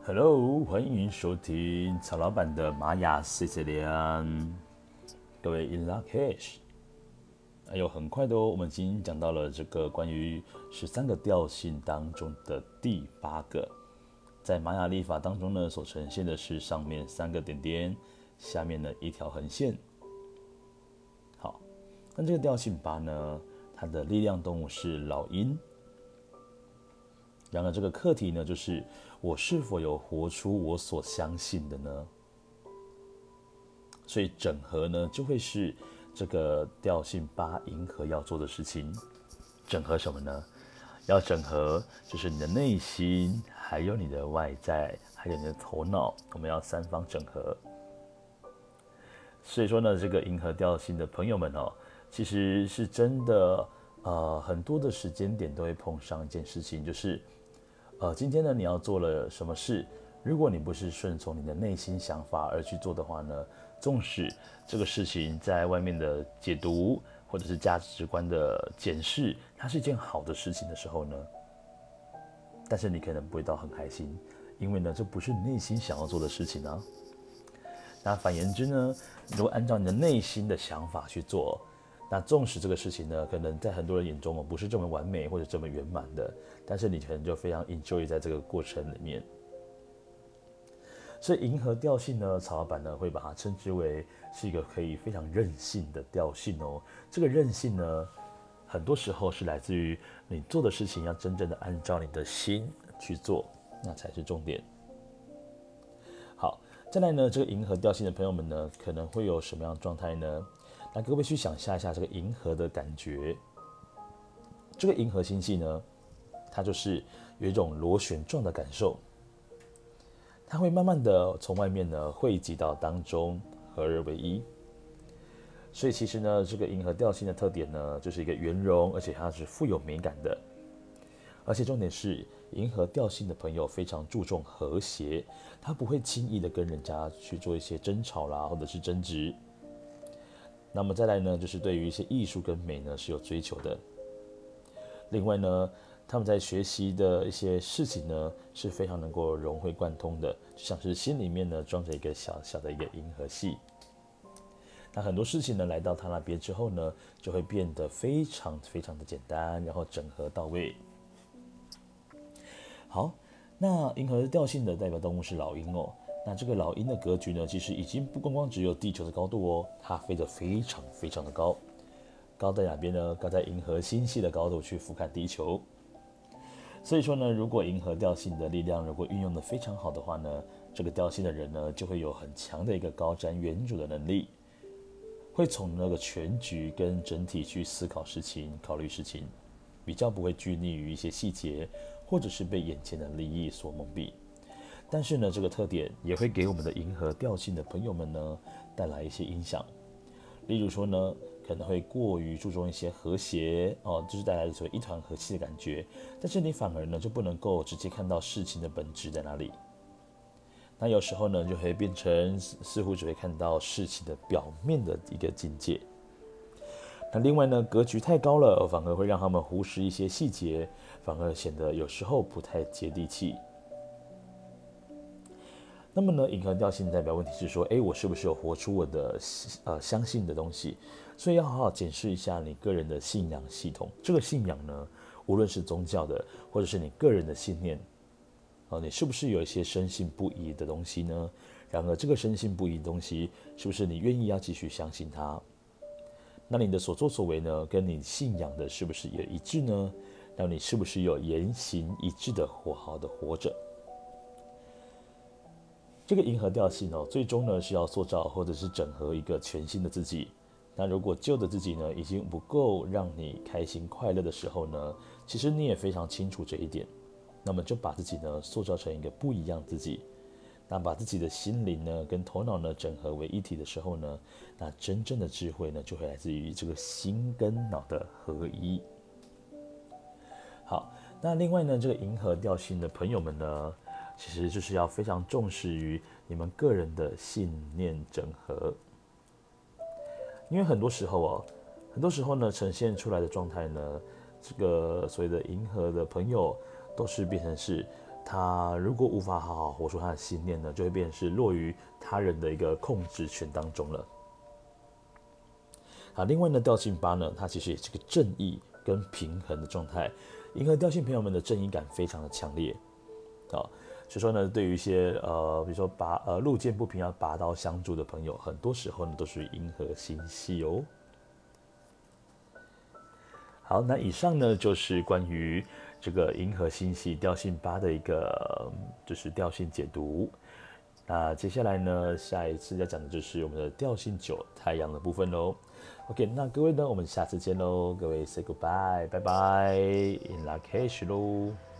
Hello，欢迎收听曹老板的玛雅 C C 连，各位 In Lak'ech，哎呦，很快的哦，我们已经讲到了这个关于13个调性当中的第8个，在玛雅历法当中呢，所呈现的是上面3个点点，下面呢一条横线。好，那这个调性8呢，它的力量动物是老鹰。然而，这个课题呢，就是我是否有活出我所相信的呢？所以整合呢，就会是这个调性8银河要做的事情。整合什么呢？要整合就是你的内心，还有你的外在，还有你的头脑，我们要3方整合。所以说呢，这个银河调性的朋友们哦，其实是真的，很多的时间点都会碰上一件事情，就是今天呢，你要做了什么事？如果你不是顺从你的内心想法而去做的话呢，纵使这个事情在外面的解读或者是价值观的检视，它是一件好的事情的时候呢，但是你可能不会到很开心，因为呢，这不是你内心想要做的事情啊。那反言之呢，如果按照你的内心的想法去做，那纵使这个事情呢，可能在很多人眼中不是这么完美或者这么圆满的，但是你可能就非常 enjoy 在这个过程里面。所以银河调性呢，曹老板呢会把它称之为是一个可以非常任性的调性哦。这个任性呢，很多时候是来自于你做的事情要真正的按照你的心去做，那才是重点。好，再来呢，这个银河调性的朋友们呢，可能会有什么样的状态呢？那各位去想象一下这个银河的感觉。这个银河星系呢，它就是有一种螺旋状的感受，它会慢慢的从外面呢汇集到当中，合而为一。所以其实呢，这个银河调性的特点呢，就是一个圆融，而且它是富有美感的。而且重点是，银河调性的朋友非常注重和谐，他不会轻易的跟人家去做一些争吵啦，或者是争执。那么再来呢，就是对于一些艺术跟美呢是有追求的。另外呢，他们在学习的一些事情呢，是非常能够融会贯通的，就像是心里面呢装着一个小小的一个银河系。那很多事情呢，来到他那边之后呢，就会变得非常非常的简单，然后整合到位。好，那银河调性的代表动物是老鹰哦。那这个老鹰的格局呢，其实已经不光光只有地球的高度哦，它飞得非常非常的高。高在哪边呢？高在银河星系的高度去俯瞰地球。所以说呢，如果银河调性的力量如果运用得非常好的话呢，这个调性的人呢，就会有很强的一个高瞻远瞩的能力，会从那个全局跟整体去思考事情、考虑事情，比较不会拘泥于一些细节，或者是被眼前的利益所蒙蔽。但是呢，这个特点也会给我们的银河调性的朋友们呢带来一些影响。例如说呢，可能会过于注重一些和谐哦，就是带来所谓一团和气的感觉，但是你反而呢就不能够直接看到事情的本质在哪里。那有时候呢，就会变成似乎只会看到事情的表面的一个境界。那另外呢，格局太高了，反而会让他们忽视一些细节，反而显得有时候不太接地气。那么呢，银河调性代表问题是说，我是不是有活出我的相信的东西？所以要好好检视一下你个人的信仰系统。这个信仰呢，无论是宗教的，或者是你个人的信念，你是不是有一些深信不疑的东西呢？然而，这个深信不疑的东西，是不是你愿意要继续相信它？那你的所作所为呢，跟你信仰的是不是也一致呢？那你是不是有言行一致的好好的活着？这个银河调性哦，最终呢是要塑造或者是整合一个全新的自己。那如果旧的自己呢已经不够让你开心快乐的时候呢，其实你也非常清楚这一点。那么就把自己呢塑造成一个不一样自己。那把自己的心灵呢跟头脑呢整合为一体的时候呢，那真正的智慧呢就会来自于这个心跟脑的合一。好，那另外呢，这个银河调性的朋友们呢，其实就是要非常重视于你们个人的信念整合，因为很多时候呢，呈现出来的状态呢，这个所谓的银河的朋友都是变成是他如果无法好好活出他的信念呢，就会变成是落于他人的一个控制权当中了。好，另外呢，调性8呢，它其实也是个正义跟平衡的状态。银河调性朋友们的正义感非常的强烈，好，所以说呢，对于一些比如说路见不平要拔刀相助的朋友，很多时候呢都属于银河星系哦。好，那以上呢就是关于这个银河星系调性8的一个就是调性解读。那接下来呢，下一次要讲的就是我们的调性9太阳的部分喽。OK， 那各位呢，我们下次见喽，各位 say goodbye，拜拜 ，in lak'ech 喽。